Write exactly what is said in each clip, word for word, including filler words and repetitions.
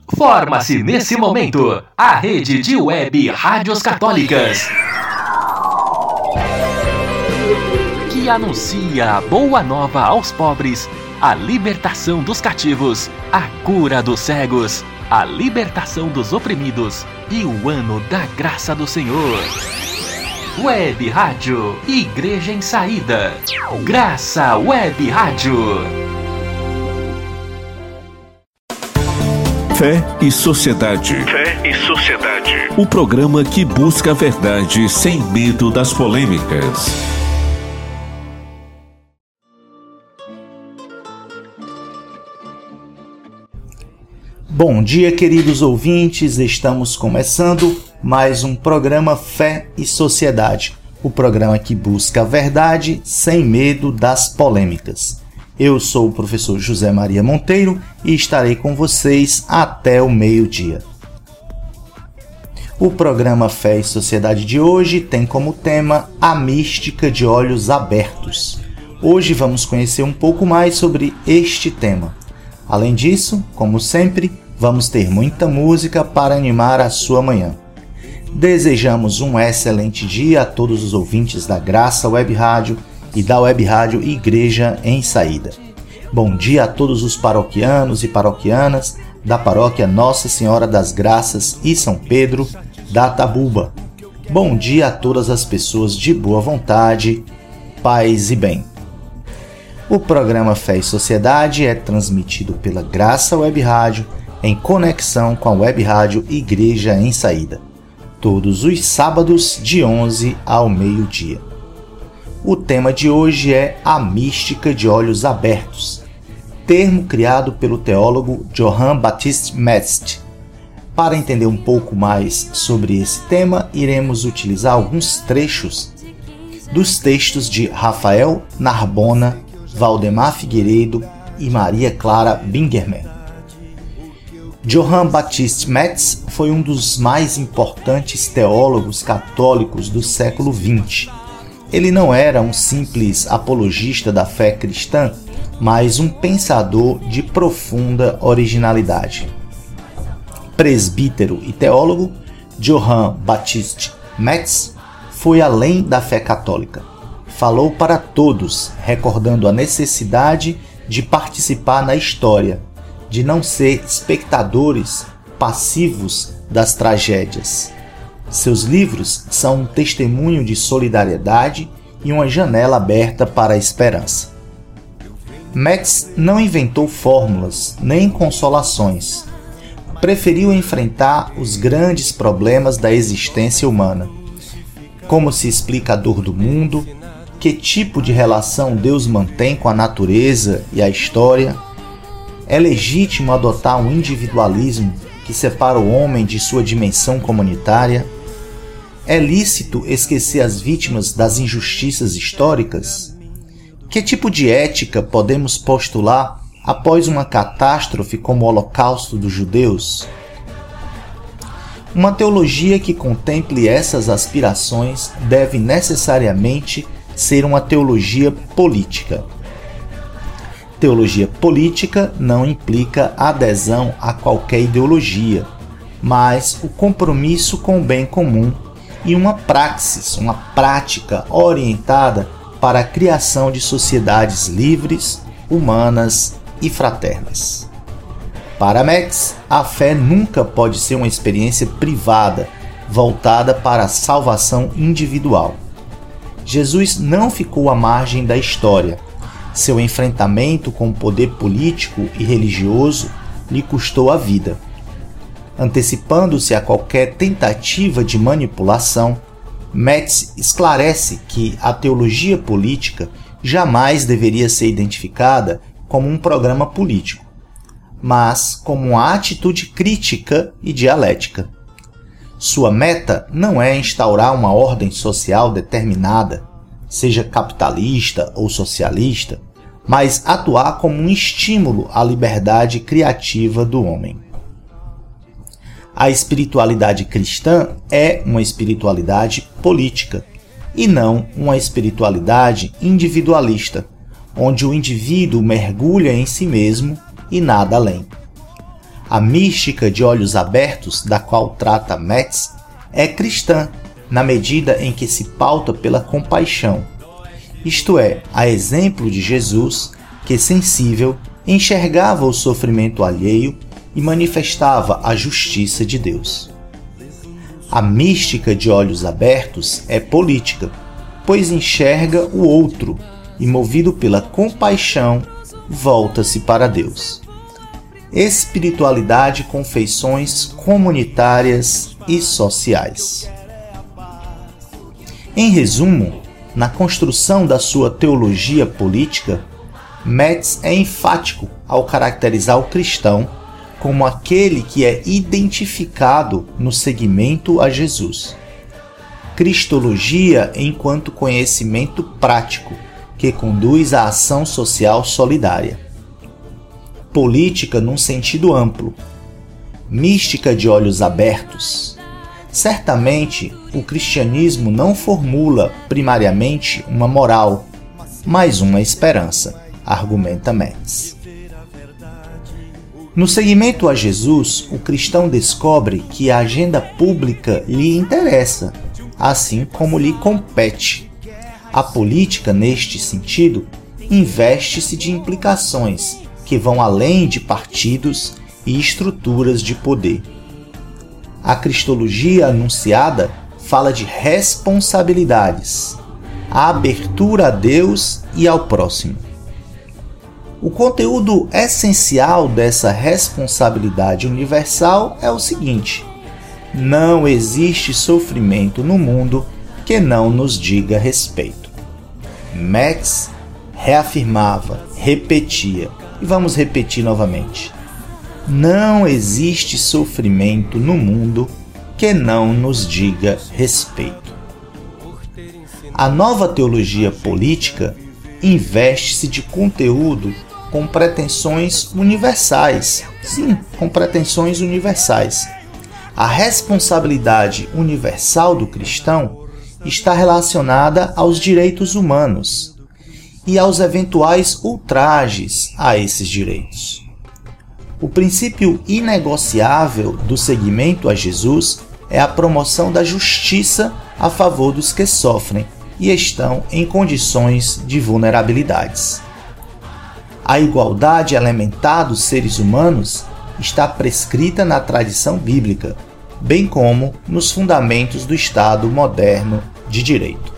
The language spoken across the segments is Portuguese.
Forma-se nesse momento a rede de web rádios católicas que anuncia a boa nova aos pobres, a libertação dos cativos, a cura dos cegos, a libertação dos oprimidos e o ano da graça do Senhor. Web Rádio Igreja em Saída. Graça Web Rádio. Fé e Sociedade. Fé e Sociedade. O programa que busca a verdade sem medo das polêmicas. Bom dia, queridos ouvintes. Estamos começando mais um programa Fé e Sociedade. O programa que busca a verdade sem medo das polêmicas. Eu sou o professor José Maria Monteiro e estarei com vocês até o meio-dia. O programa Fé e Sociedade de hoje tem como tema a mística de olhos abertos. Hoje vamos conhecer um pouco mais sobre este tema. Além disso, como sempre, vamos ter muita música para animar a sua manhã. Desejamos um excelente dia a todos os ouvintes da Graça Web Rádio e da Web Rádio Igreja em Saída. Bom dia a todos os paroquianos e paroquianas da paróquia Nossa Senhora das Graças e São Pedro da Tabuba. Bom dia a todas as pessoas de boa vontade, paz e bem. O programa Fé e Sociedade é transmitido pela Graça Web Rádio em conexão com a Web Rádio Igreja em Saída, todos os sábados de onze ao meio-dia. O tema de hoje é a mística de olhos abertos, termo criado pelo teólogo Johann Baptist Metz. Para entender um pouco mais sobre esse tema, iremos utilizar alguns trechos dos textos de Rafael Narbona, Valdemar Figueiredo e Maria Clara Bingerman. Johann Baptist Metz foi um dos mais importantes teólogos católicos do século vinte. Ele não era um simples apologista da fé cristã, mas um pensador de profunda originalidade. Presbítero e teólogo, Johann Baptist Metz foi além da fé católica. Falou para todos, recordando a necessidade de participar na história, de não ser espectadores passivos das tragédias. Seus livros são um testemunho de solidariedade e uma janela aberta para a esperança. Metz não inventou fórmulas nem consolações. Preferiu enfrentar os grandes problemas da existência humana. Como se explica a dor do mundo? Que tipo de relação Deus mantém com a natureza e a história? É legítimo adotar um individualismo que separa o homem de sua dimensão comunitária? É lícito esquecer as vítimas das injustiças históricas? Que tipo de ética podemos postular após uma catástrofe como o Holocausto dos judeus? Uma teologia que contemple essas aspirações deve necessariamente ser uma teologia política. Teologia política não implica adesão a qualquer ideologia, mas o compromisso com o bem comum e uma praxis, uma prática orientada para a criação de sociedades livres, humanas e fraternas. Para Metz, a fé nunca pode ser uma experiência privada, voltada para a salvação individual. Jesus não ficou à margem da história. Seu enfrentamento com o poder político e religioso lhe custou a vida. Antecipando-se a qualquer tentativa de manipulação, Metz esclarece que a teologia política jamais deveria ser identificada como um programa político, mas como uma atitude crítica e dialética. Sua meta não é instaurar uma ordem social determinada, seja capitalista ou socialista, mas atuar como um estímulo à liberdade criativa do homem. A espiritualidade cristã é uma espiritualidade política e não uma espiritualidade individualista, onde o indivíduo mergulha em si mesmo e nada além. A mística de olhos abertos, da qual trata Metz, é cristã, na medida em que se pauta pela compaixão. Isto é, a exemplo de Jesus, que, sensível, enxergava o sofrimento alheio e manifestava a justiça de Deus. A mística de olhos abertos é política, pois enxerga o outro e, movido pela compaixão, volta-se para Deus. Espiritualidade com feições comunitárias e sociais. Em resumo, na construção da sua teologia política, Metz é enfático ao caracterizar o cristão como aquele que é identificado no seguimento a Jesus. Cristologia enquanto conhecimento prático que conduz à ação social solidária. Política num sentido amplo. Mística de olhos abertos. Certamente, o cristianismo não formula primariamente uma moral, mas uma esperança, argumenta Metz. No seguimento a Jesus, o cristão descobre que a agenda pública lhe interessa, assim como lhe compete. A política, neste sentido, investe-se de implicações que vão além de partidos e estruturas de poder. A cristologia anunciada fala de responsabilidades, a abertura a Deus e ao próximo. O conteúdo essencial dessa responsabilidade universal é o seguinte: não existe sofrimento no mundo que não nos diga respeito. Metz reafirmava, repetia, e vamos repetir novamente: não existe sofrimento no mundo que não nos diga respeito. A nova teologia política investe-se de conteúdo com pretensões universais. Sim, com pretensões universais. A responsabilidade universal do cristão está relacionada aos direitos humanos e aos eventuais ultrajes a esses direitos. O princípio inegociável do seguimento a Jesus é a promoção da justiça a favor dos que sofrem e estão em condições de vulnerabilidades. A igualdade elementar dos seres humanos está prescrita na tradição bíblica, bem como nos fundamentos do Estado moderno de direito.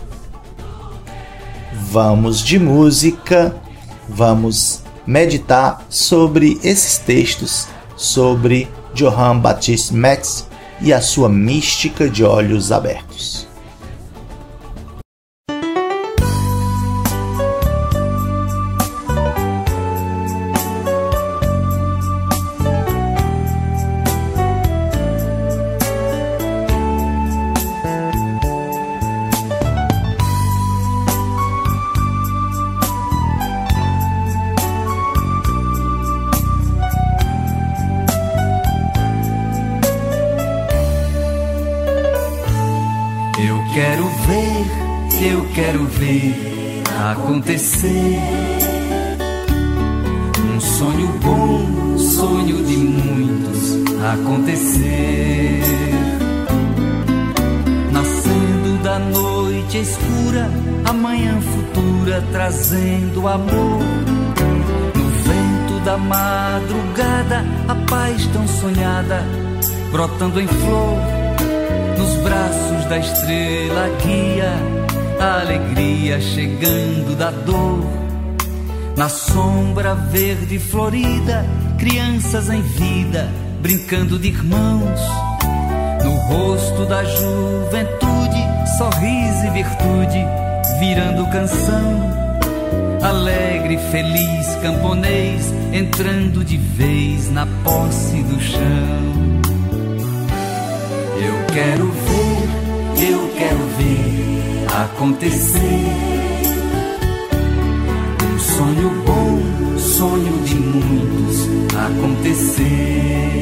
Vamos de música, vamos meditar sobre esses textos, sobre Johann Baptist Metz e a sua mística de olhos abertos. Quero ver, eu quero ver acontecer um sonho bom, sonho de muitos acontecer. Nascendo da noite escura, a manhã futura trazendo amor. No vento da madrugada, a paz tão sonhada brotando em flor. Nos braços da estrela guia, a alegria chegando da dor. Na sombra verde florida, crianças em vida, brincando de irmãos. No rosto da juventude, sorriso e virtude, virando canção. Alegre, feliz, camponês, entrando de vez na posse do chão. Eu quero ver, eu quero ver acontecer um sonho bom, sonho de muitos acontecer.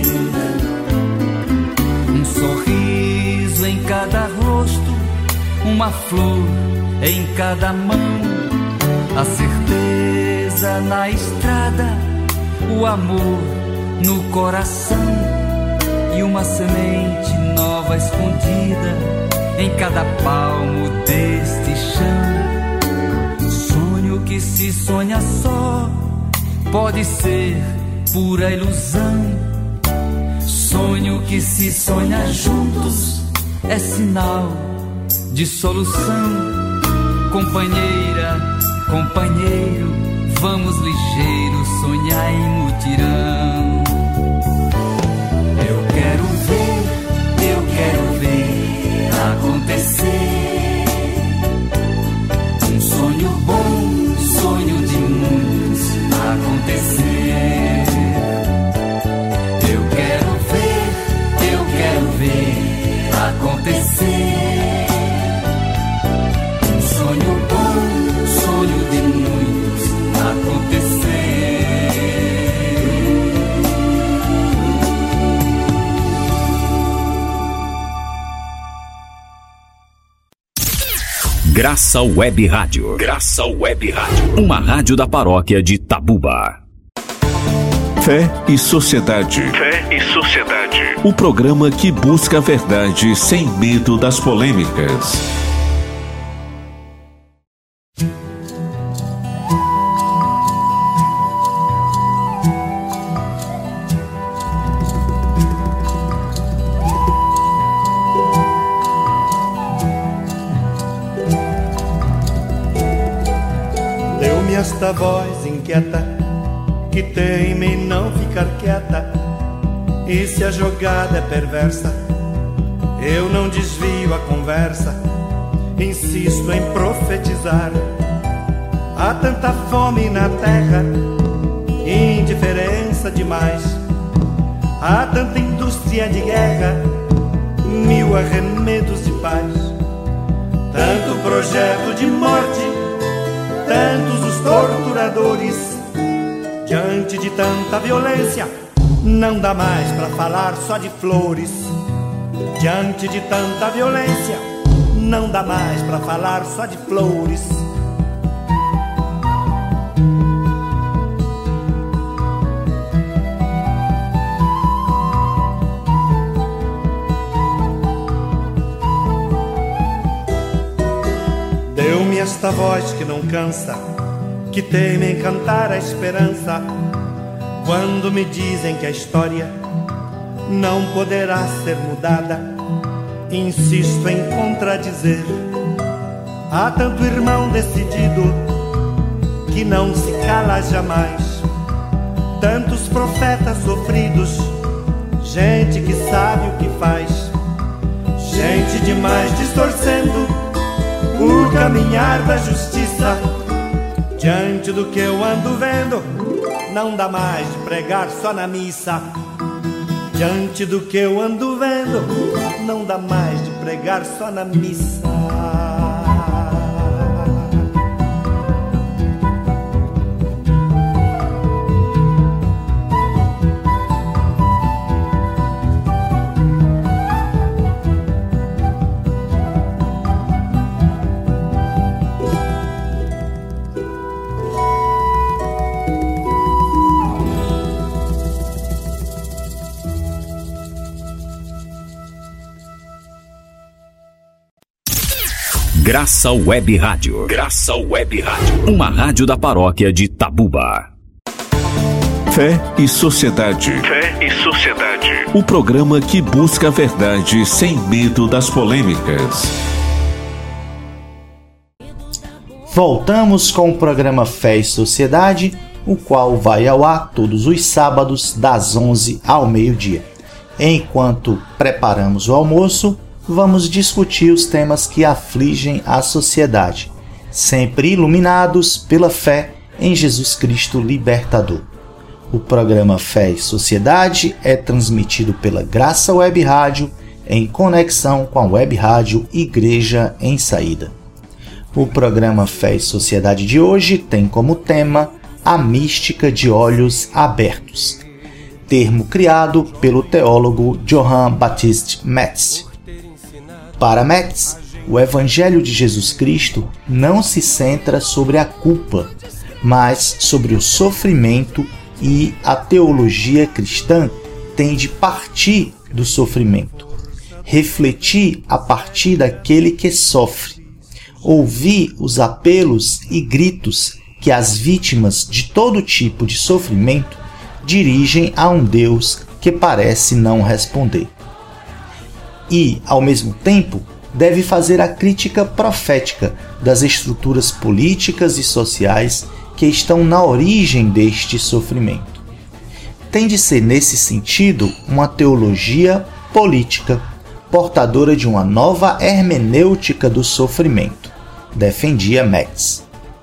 Um sorriso em cada rosto, uma flor em cada mão. A certeza na estrada, o amor no coração e uma semente nova escondida em cada palmo deste chão. Sonho que se sonha só pode ser pura ilusão. Sonho que se sonha juntos é sinal de solução. Companheira, companheiro, vamos ligeiros sonhar em mutirão. Eu quero ver, eu quero ver acontecer um sonho bom, sonho de muitos acontecer. Eu quero ver, eu quero ver acontecer um sonho bom, sonho de muitos acontecer. Graça Web Rádio. Graça Web Rádio. Uma rádio da paróquia de Tabuba. Fé e Sociedade. Fé e Sociedade. O programa que busca a verdade sem medo das polêmicas. Deu-me esta voz inquieta que teima em não ficar quieta, e se a jogada é perversa, eu não desvio a conversa, insisto em profetizar. Há tanta fome na terra, indiferença demais. Há tanta indústria de guerra, mil arremedos de paz. Tanto projeto de morte, tantos os torturadores. Diante de tanta violência, não dá mais pra falar só de flores. Diante de tanta violência, não dá mais pra falar só de flores. Deu-me esta voz que não cansa, que teima em cantar a esperança, quando me dizem que a história não poderá ser mudada. Insisto em contradizer. Há tanto irmão decidido que não se cala jamais. Tantos profetas sofridos, gente que sabe o que faz. Gente demais distorcendo o caminhar da justiça. Diante do que eu ando vendo, não dá mais de pregar só na missa. Diante do que eu ando vendo, não dá mais de pregar só na missa. Graça Web Rádio. Graça Web Rádio. Uma rádio da paróquia de Tabuba. Fé e Sociedade. Fé e Sociedade. O programa que busca a verdade sem medo das polêmicas. Voltamos com o programa Fé e Sociedade, o qual vai ao ar todos os sábados das onze ao meio-dia. Enquanto preparamos o almoço, vamos discutir os temas que afligem a sociedade, sempre iluminados pela fé em Jesus Cristo Libertador. O programa Fé e Sociedade é transmitido pela Graça Web Rádio em conexão com a Web Rádio Igreja em Saída. O programa Fé e Sociedade de hoje tem como tema a mística de olhos abertos, termo criado pelo teólogo Johann Baptist Metz. Para Metz, o Evangelho de Jesus Cristo não se centra sobre a culpa, mas sobre o sofrimento e a teologia cristã tem de partir do sofrimento, refletir a partir daquele que sofre, ouvir os apelos e gritos que as vítimas de todo tipo de sofrimento dirigem a um Deus que parece não responder. E, ao mesmo tempo, deve fazer a crítica profética das estruturas políticas e sociais que estão na origem deste sofrimento. Tem de ser, nesse sentido, uma teologia política, portadora de uma nova hermenêutica do sofrimento, defendia Metz.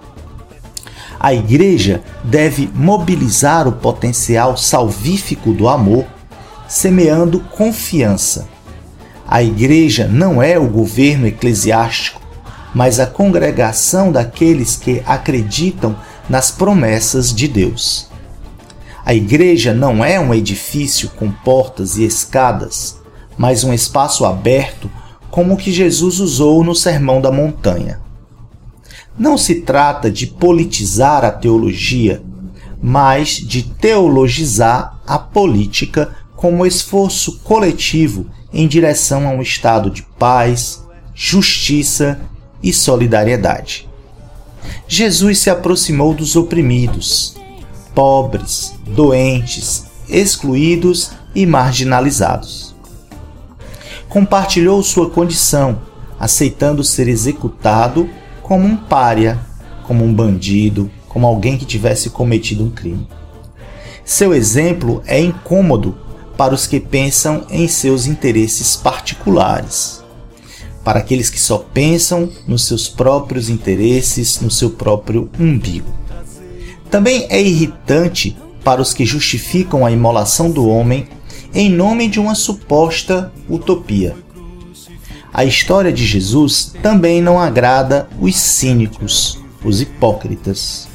A Igreja deve mobilizar o potencial salvífico do amor, semeando confiança. A Igreja não é o governo eclesiástico, mas a congregação daqueles que acreditam nas promessas de Deus. A Igreja não é um edifício com portas e escadas, mas um espaço aberto como o que Jesus usou no Sermão da Montanha. Não se trata de politizar a teologia, mas de teologizar a política como esforço coletivo em direção a um estado de paz, justiça e solidariedade. Jesus se aproximou dos oprimidos, pobres, doentes, excluídos e marginalizados. Compartilhou sua condição, aceitando ser executado como um pária, como um bandido, como alguém que tivesse cometido um crime. Seu exemplo é incômodo para os que pensam em seus interesses particulares, para aqueles que só pensam nos seus próprios interesses, no seu próprio umbigo. Também é irritante para os que justificam a imolação do homem em nome de uma suposta utopia. A história de Jesus também não agrada os cínicos, os hipócritas.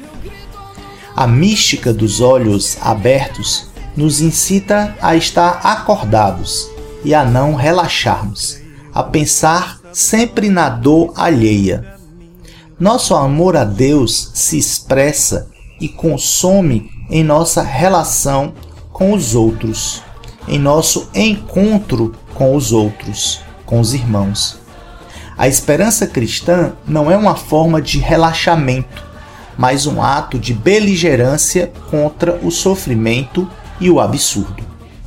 A mística dos olhos abertos nos incita a estar acordados e a não relaxarmos, a pensar sempre na dor alheia. Nosso amor a Deus se expressa e consome em nossa relação com os outros, em nosso encontro com os outros, com os irmãos. A esperança cristã não é uma forma de relaxamento, mas um ato de beligerância contra o sofrimento e o absurdo.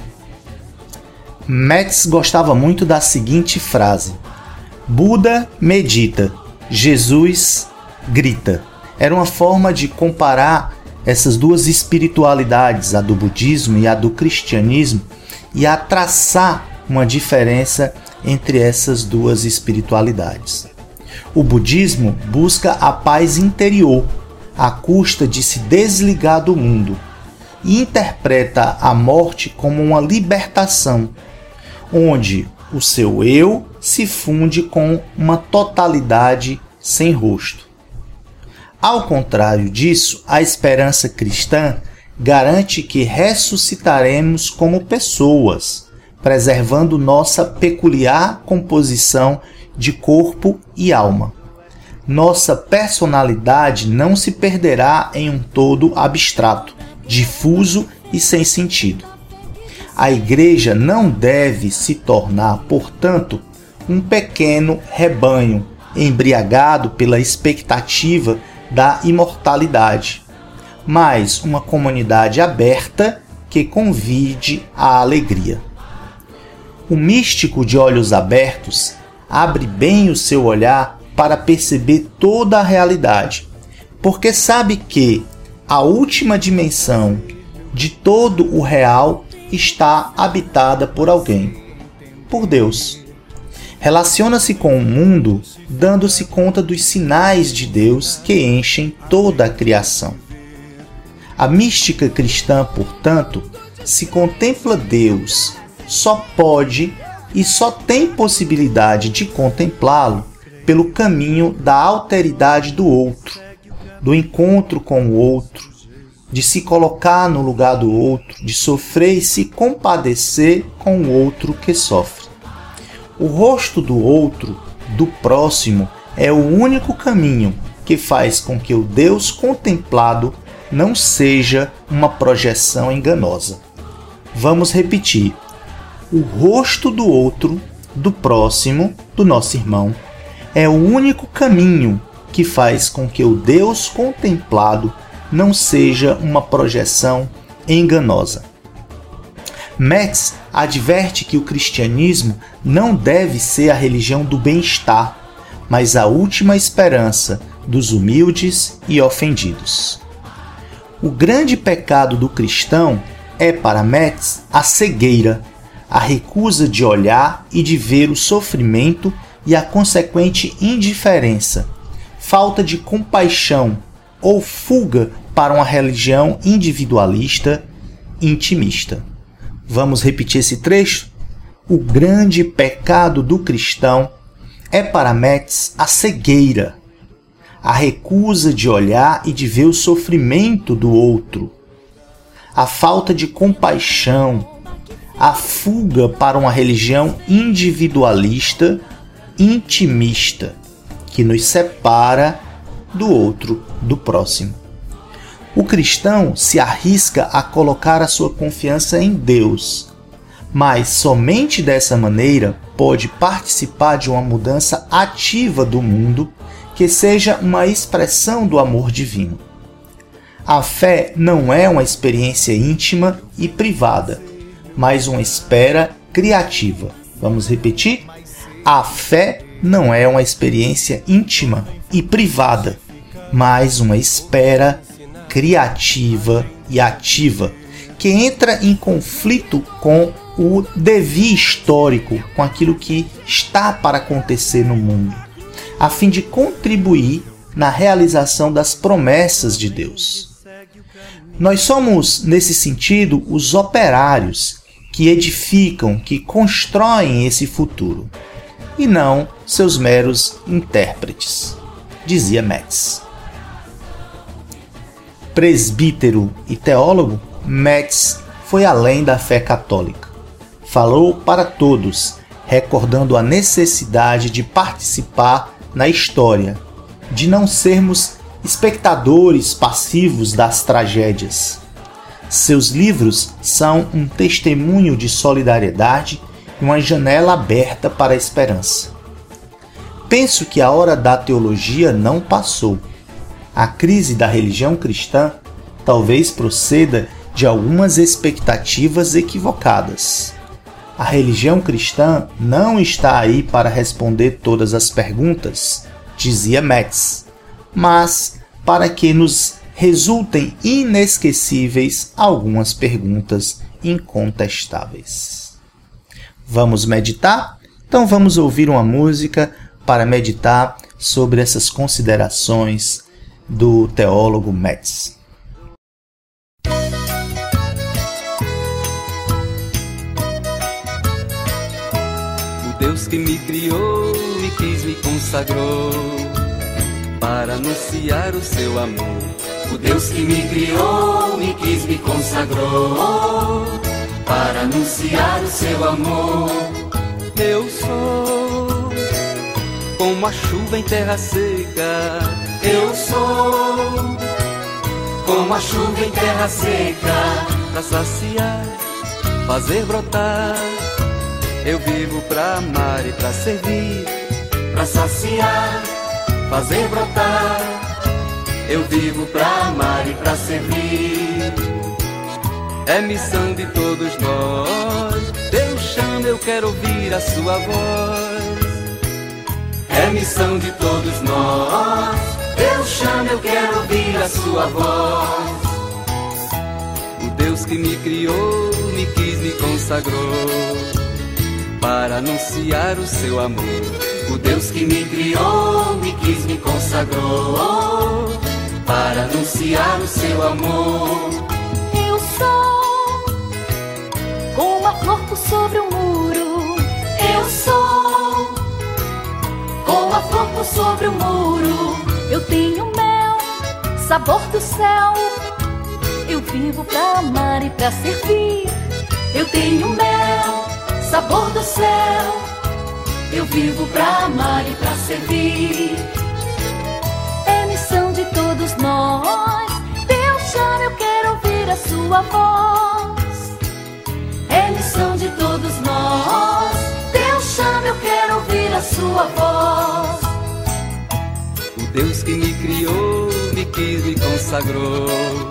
Metz gostava muito da seguinte frase: Buda medita, Jesus grita. Era uma forma de comparar essas duas espiritualidades, a do budismo e a do cristianismo, e a traçar uma diferença entre essas duas espiritualidades. O budismo busca a paz interior, à custa de se desligar do mundo, e interpreta a morte como uma libertação, onde o seu eu se funde com uma totalidade sem rosto. Ao contrário disso, a esperança cristã garante que ressuscitaremos como pessoas, preservando nossa peculiar composição de corpo e alma. Nossa personalidade não se perderá em um todo abstrato, difuso e sem sentido. A Igreja não deve se tornar, portanto, um pequeno rebanho embriagado pela expectativa da imortalidade, mas uma comunidade aberta que convide à alegria. O místico de olhos abertos abre bem o seu olhar para perceber toda a realidade, porque sabe que a última dimensão de todo o real está habitada por alguém, por Deus. Relaciona-se com o mundo dando-se conta dos sinais de Deus que enchem toda a criação. A mística cristã, portanto, se contempla Deus, só pode e só tem possibilidade de contemplá-lo pelo caminho da alteridade do outro, do encontro com o outro, de se colocar no lugar do outro, de sofrer e se compadecer com o outro que sofre. O rosto do outro, do próximo, é o único caminho que faz com que o Deus contemplado não seja uma projeção enganosa. Vamos repetir. O rosto do outro, do próximo, do nosso irmão, é o único caminho que faz com que o Deus contemplado não seja uma projeção enganosa. Metz adverte que o cristianismo não deve ser a religião do bem-estar, mas a última esperança dos humildes e ofendidos. O grande pecado do cristão é, para Metz, a cegueira, a recusa de olhar e de ver o sofrimento e a consequente indiferença, falta de compaixão ou fuga para uma religião individualista, intimista. Vamos repetir esse trecho? O grande pecado do cristão é, para Metz, a cegueira, a recusa de olhar e de ver o sofrimento do outro, a falta de compaixão, a fuga para uma religião individualista, intimista, que nos separa do outro, do próximo. O cristão se arrisca a colocar a sua confiança em Deus, mas somente dessa maneira pode participar de uma mudança ativa do mundo que seja uma expressão do amor divino. A fé não é uma experiência íntima e privada, mas uma espera criativa. Vamos repetir? A fé não é uma experiência íntima e privada, mas uma espera criativa e ativa, que entra em conflito com o devir histórico, com aquilo que está para acontecer no mundo, a fim de contribuir na realização das promessas de Deus. Nós somos, nesse sentido, os operários que edificam, que constroem esse futuro, e não seus meros intérpretes, dizia Metz. Presbítero e teólogo, Metz foi além da fé católica. Falou para todos, recordando a necessidade de participar na história, de não sermos espectadores passivos das tragédias. Seus livros são um testemunho de solidariedade e uma janela aberta para a esperança. Penso que a hora da teologia não passou. A crise da religião cristã talvez proceda de algumas expectativas equivocadas. A religião cristã não está aí para responder todas as perguntas, dizia Metz, mas para que nos resultem inesquecíveis algumas perguntas incontestáveis. Vamos meditar? Então vamos ouvir uma música para meditar sobre essas considerações do teólogo Metz. O Deus que me criou e quis me consagrou para anunciar o seu amor. O Deus que me criou e quis me consagrou para anunciar o seu amor. Eu sou como a chuva em terra seca. Eu sou como a chuva em terra seca. Pra saciar, fazer brotar, eu vivo pra amar e pra servir. Pra saciar, fazer brotar, eu vivo pra amar e pra servir. É missão de todos nós, Deus chama, eu quero ouvir a sua voz. É missão de todos nós, Deus chama, eu quero ouvir a sua voz. O Deus que me criou, me quis, me consagrou para anunciar o seu amor. O Deus que me criou, me quis, me consagrou para anunciar o seu amor. Eu sou como a flor por sobre o muro. Eu sou como a flor por sobre o muro. Eu tenho mel, sabor do céu. Eu vivo pra amar e pra servir. Eu tenho mel, sabor do céu. Eu vivo pra amar e pra servir. É missão de todos nós, Deus chame, eu quero ouvir a sua voz. É missão de todos nós. Deus chame, eu quero ouvir a sua voz. O Deus que me criou, me quis, me consagrou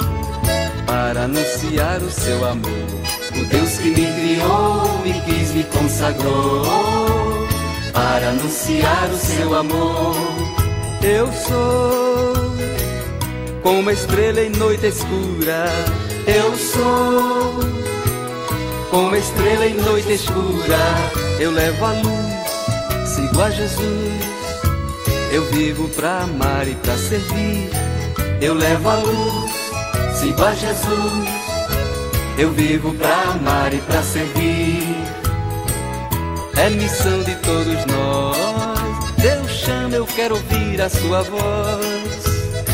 para anunciar o seu amor. O Deus que me criou, me quis, me consagrou para anunciar o seu amor. Eu sou como uma estrela em noite escura. Eu sou como uma estrela em noite escura. Eu levo a luz, sigo a Jesus. Eu vivo pra amar e pra servir. Eu levo a luz, sigo a Jesus. Eu vivo pra amar e pra servir. É missão de todos nós. Deus chama, eu quero ouvir a sua voz.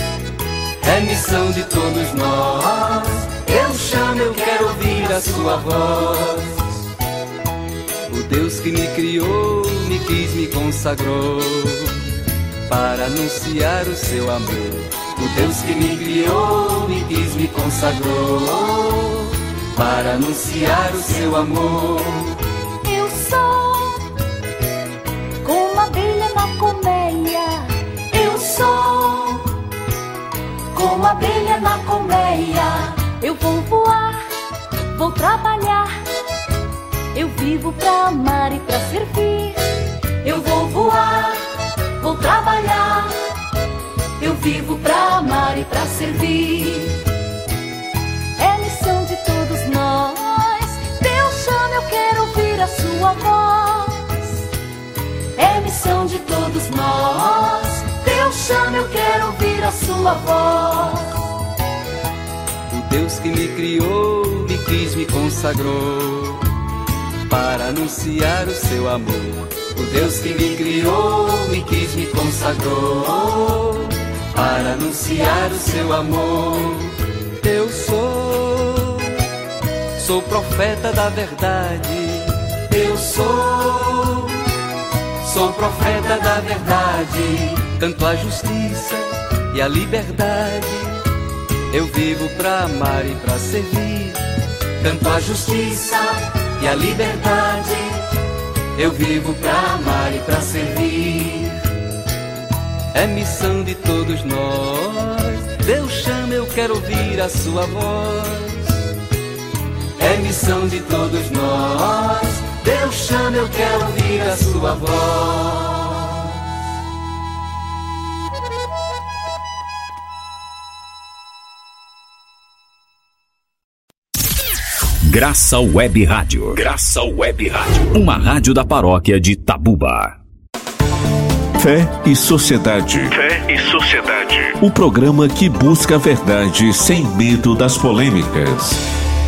É missão de todos nós. Deus chama, eu quero ouvir a sua voz. O Deus que me criou, me quis, me consagrou para anunciar o seu amor. O Deus que me criou, me quis, me consagrou para anunciar o seu amor. Eu sou como uma abelha na colmeia. Eu sou como uma abelha na colmeia. Eu vou voar, vou trabalhar. Eu vivo pra amar e pra servir. Eu vou voar, vou trabalhar. Eu vivo pra amar e pra servir. É missão de todos nós. Deus chama, eu quero ouvir a sua voz. É missão de todos nós. Deus chama, eu quero ouvir a sua voz. O Deus que me criou, me quis, me consagrou para anunciar o seu amor. O Deus que me criou, me quis, me consagrou para anunciar o seu amor. Eu sou, sou profeta da verdade. Eu sou, sou profeta da verdade. Canto a justiça e a liberdade. Eu vivo pra amar e pra servir. Canto a justiça e a liberdade. Eu vivo pra amar e pra servir. É missão de todos nós. Deus chama, eu quero ouvir a sua voz. É missão de todos nós. Deus chama, eu quero ouvir a sua voz. Graça Web Rádio. Graça Web Rádio. Uma rádio da paróquia de Tabuba. Fé e Sociedade. Fé e Sociedade. O programa que busca a verdade sem medo das polêmicas.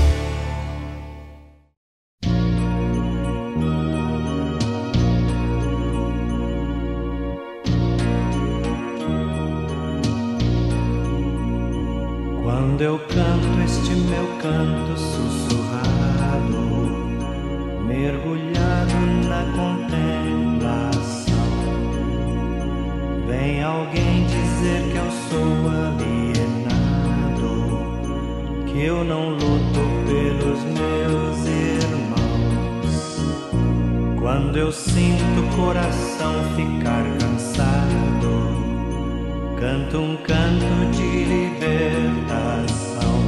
Quando eu canto este meu canto sussurrado, mergulhado na contemplação, vem alguém dizer que eu sou alienado, que eu não luto pelos meus irmãos. Quando eu sinto o coração ficar cansado, canto um canto de libertação.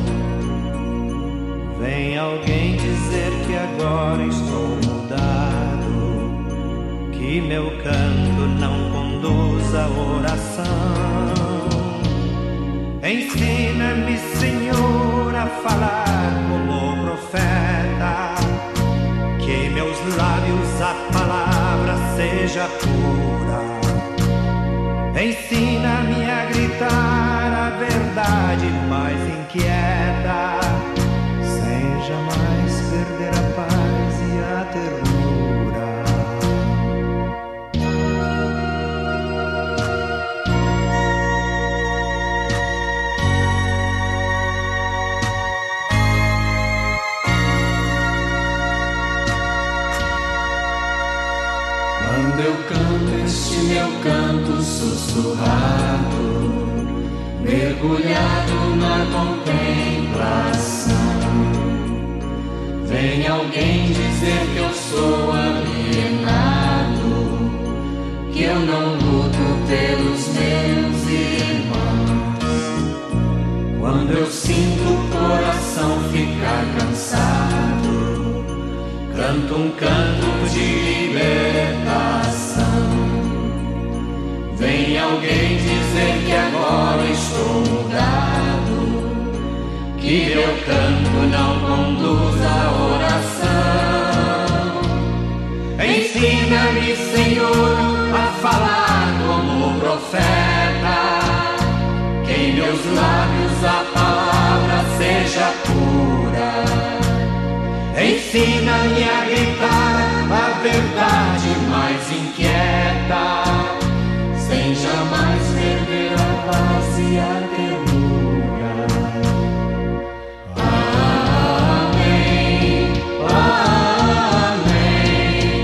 Vem alguém dizer que agora estou mudado, que meu canto não conduz à oração. Ensina-me, Senhor, a falar como profeta, que em meus lábios a palavra seja pura. Ensina-me a gritar a verdade mais inquieta, sem jamais perder a paz e a ternura. Quando eu canto este meu canto sussurrado, mergulhado na contemplação. Vem alguém dizer que eu sou alienado, que eu não luto pelos meus irmãos. Quando eu sinto o coração ficar cansado, canto um canto de libertação. Vem alguém dizer que agora estou mudado, que meu canto não conduz à oração. Ensina-me, Senhor, a falar como profeta, que em meus lábios a palavra seja pura. Ensina-me a gritar a verdade mais inquieta, sem jamais perder a paz e a ternura. Amém, amém,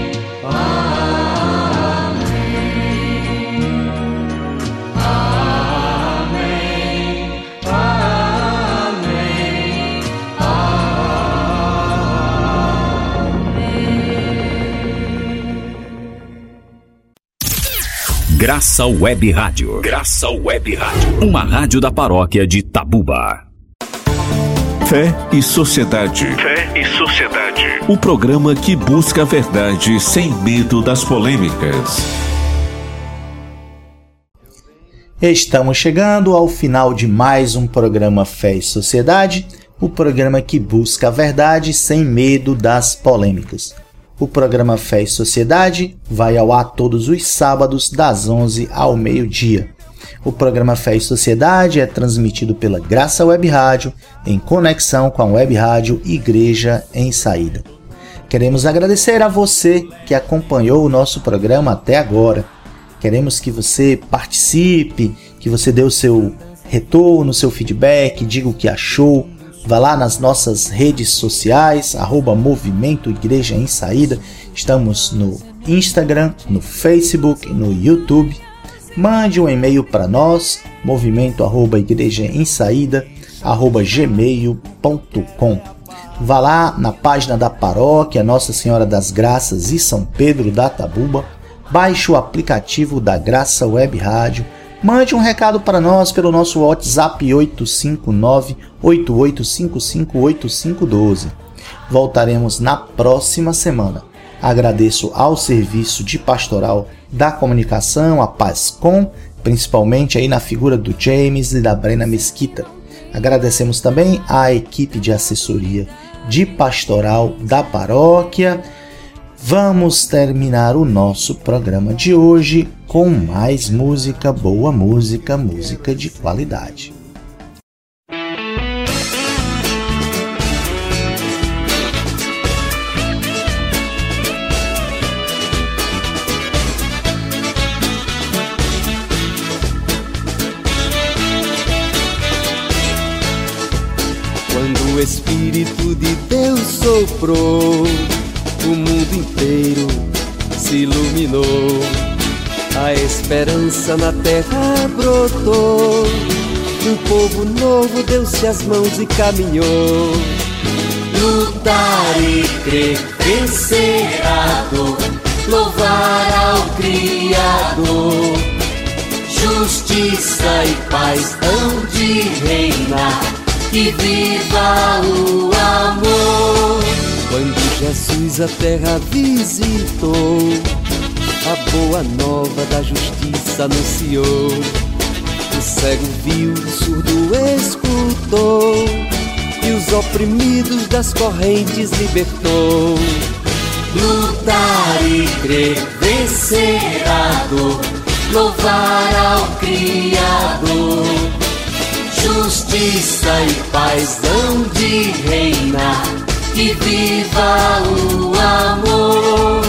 Graça Web Rádio. Graça Web Rádio. Uma rádio da paróquia de Tabuba. Fé e Sociedade. Fé e Sociedade. O programa que busca a verdade sem medo das polêmicas. Estamos chegando ao final de mais um programa Fé e Sociedade, o programa que busca a verdade sem medo das polêmicas. O programa Fé e Sociedade vai ao ar todos os sábados, das onze ao meio-dia. O programa Fé e Sociedade é transmitido pela Graça Web Rádio, em conexão com a Web Rádio Igreja em Saída. Queremos agradecer a você que acompanhou o nosso programa até agora. Queremos que você participe, que você dê o seu retorno, o seu feedback, diga o que achou. Vá lá nas nossas redes sociais, arroba Movimento Igreja em Saída. Estamos no Instagram, no Facebook, no YouTube. Mande um e-mail para nós, movimento arroba igreja em saída, arroba gmail ponto com. Vá lá na página da paróquia Nossa Senhora das Graças e São Pedro da Tabuba. Baixe o aplicativo da Graça Web Rádio. Mande um recado para nós pelo nosso WhatsApp oito cinco nove, oito oito cinco cinco, oito cinco um dois. Voltaremos na próxima semana. Agradeço ao Serviço de Pastoral da Comunicação, a PASCOM, principalmente aí na figura do James e da Brena Mesquita. Agradecemos também à equipe de assessoria de pastoral da paróquia. Vamos terminar o nosso programa de hoje com mais música, boa música, música de qualidade. Quando o Espírito de Deus soprou, o mundo inteiro se iluminou, a esperança na terra brotou, um povo novo deu-se as mãos e caminhou. Lutar e crer, vencer a dor, louvar ao Criador. Justiça e paz hão de reinar, e viva o amor. Quando Jesus a terra visitou, a boa nova da justiça anunciou. O cego viu, o surdo escutou, e os oprimidos das correntes libertou. Lutar e crer, vencer a dor, louvar ao Criador. Justiça e paz hão de reinar, e viva o amor.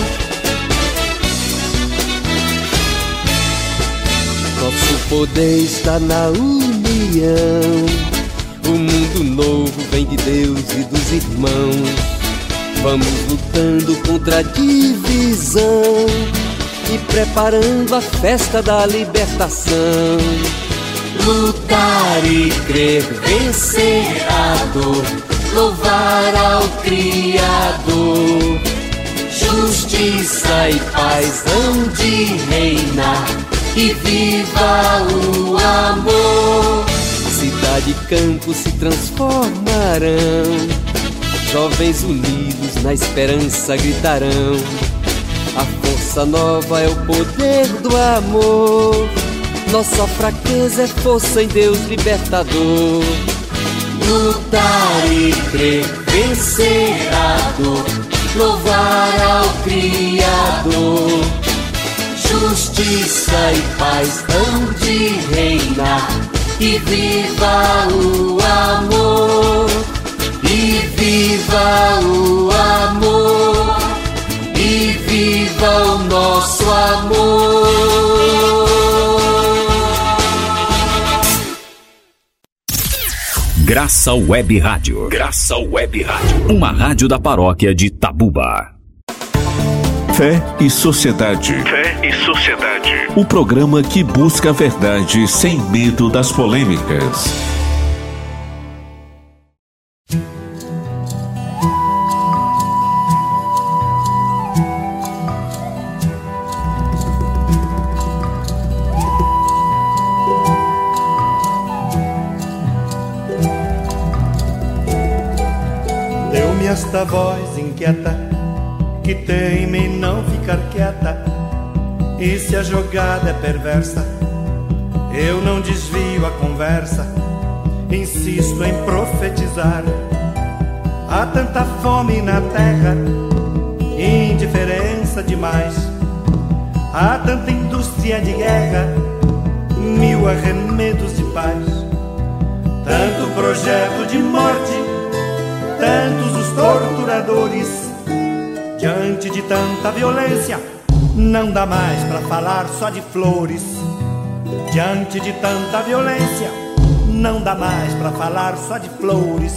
Nosso poder está na união, o mundo novo vem de Deus e dos irmãos. Vamos lutando contra a divisão e preparando a festa da libertação. Lutar e crer, vencer a dor, louvar ao Criador. Justiça e paz hão de reinar, e viva o amor. Cidade e campo se transformarão, jovens unidos na esperança gritarão. A força nova é o poder do amor, nossa fraqueza é força em Deus libertador. Lutar e crer, vencer a dor, louvar ao Criador. Justiça e paz hão de reinar, e viva o amor, e viva o amor, e viva o nosso amor. Graça Web Rádio. Graça Web Rádio. Uma rádio da paróquia de Tabuba. Fé e Sociedade. Fé e Sociedade. O programa que busca a verdade sem medo das polêmicas. Deu-me esta voz inquieta que teime em não ficar quieta, e se a jogada é perversa, eu não desvio a conversa, insisto em profetizar. Há tanta fome na terra, indiferença demais. Há tanta indústria de guerra, mil arremedos de paz. Tanto projeto de morte, tantos os torturadores. Diante de tanta violência, não dá mais pra falar só de flores. Diante de tanta violência, não dá mais pra falar só de flores.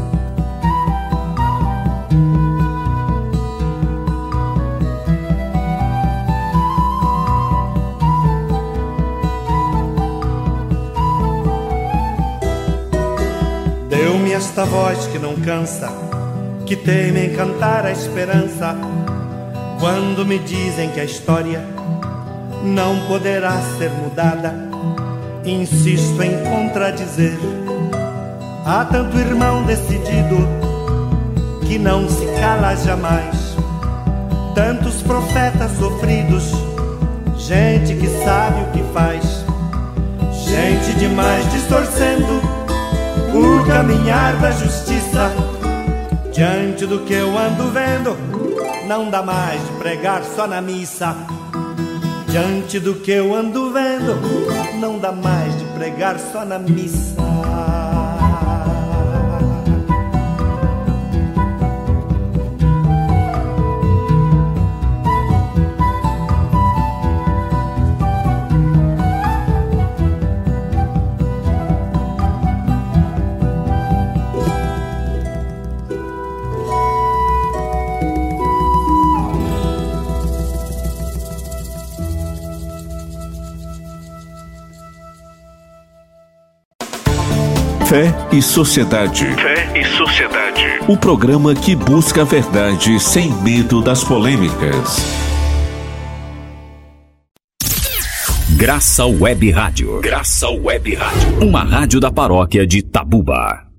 Deu-me esta voz que não cansa, que teime em cantar a esperança, quando me dizem que a história não poderá ser mudada. Insisto em contradizer. Há tanto irmão decidido que não se cala jamais. Tantos profetas sofridos, gente que sabe o que faz. Gente demais distorcendo o caminhar da justiça. Diante do que eu ando vendo, não dá mais de pregar só na missa. Diante do que eu ando vendo, não dá mais de pregar só na missa. Fé e Sociedade. Fé e Sociedade. O programa que busca a verdade sem medo das polêmicas. Graça Web Rádio. Graça Web Rádio. Uma rádio da paróquia de Tabuba.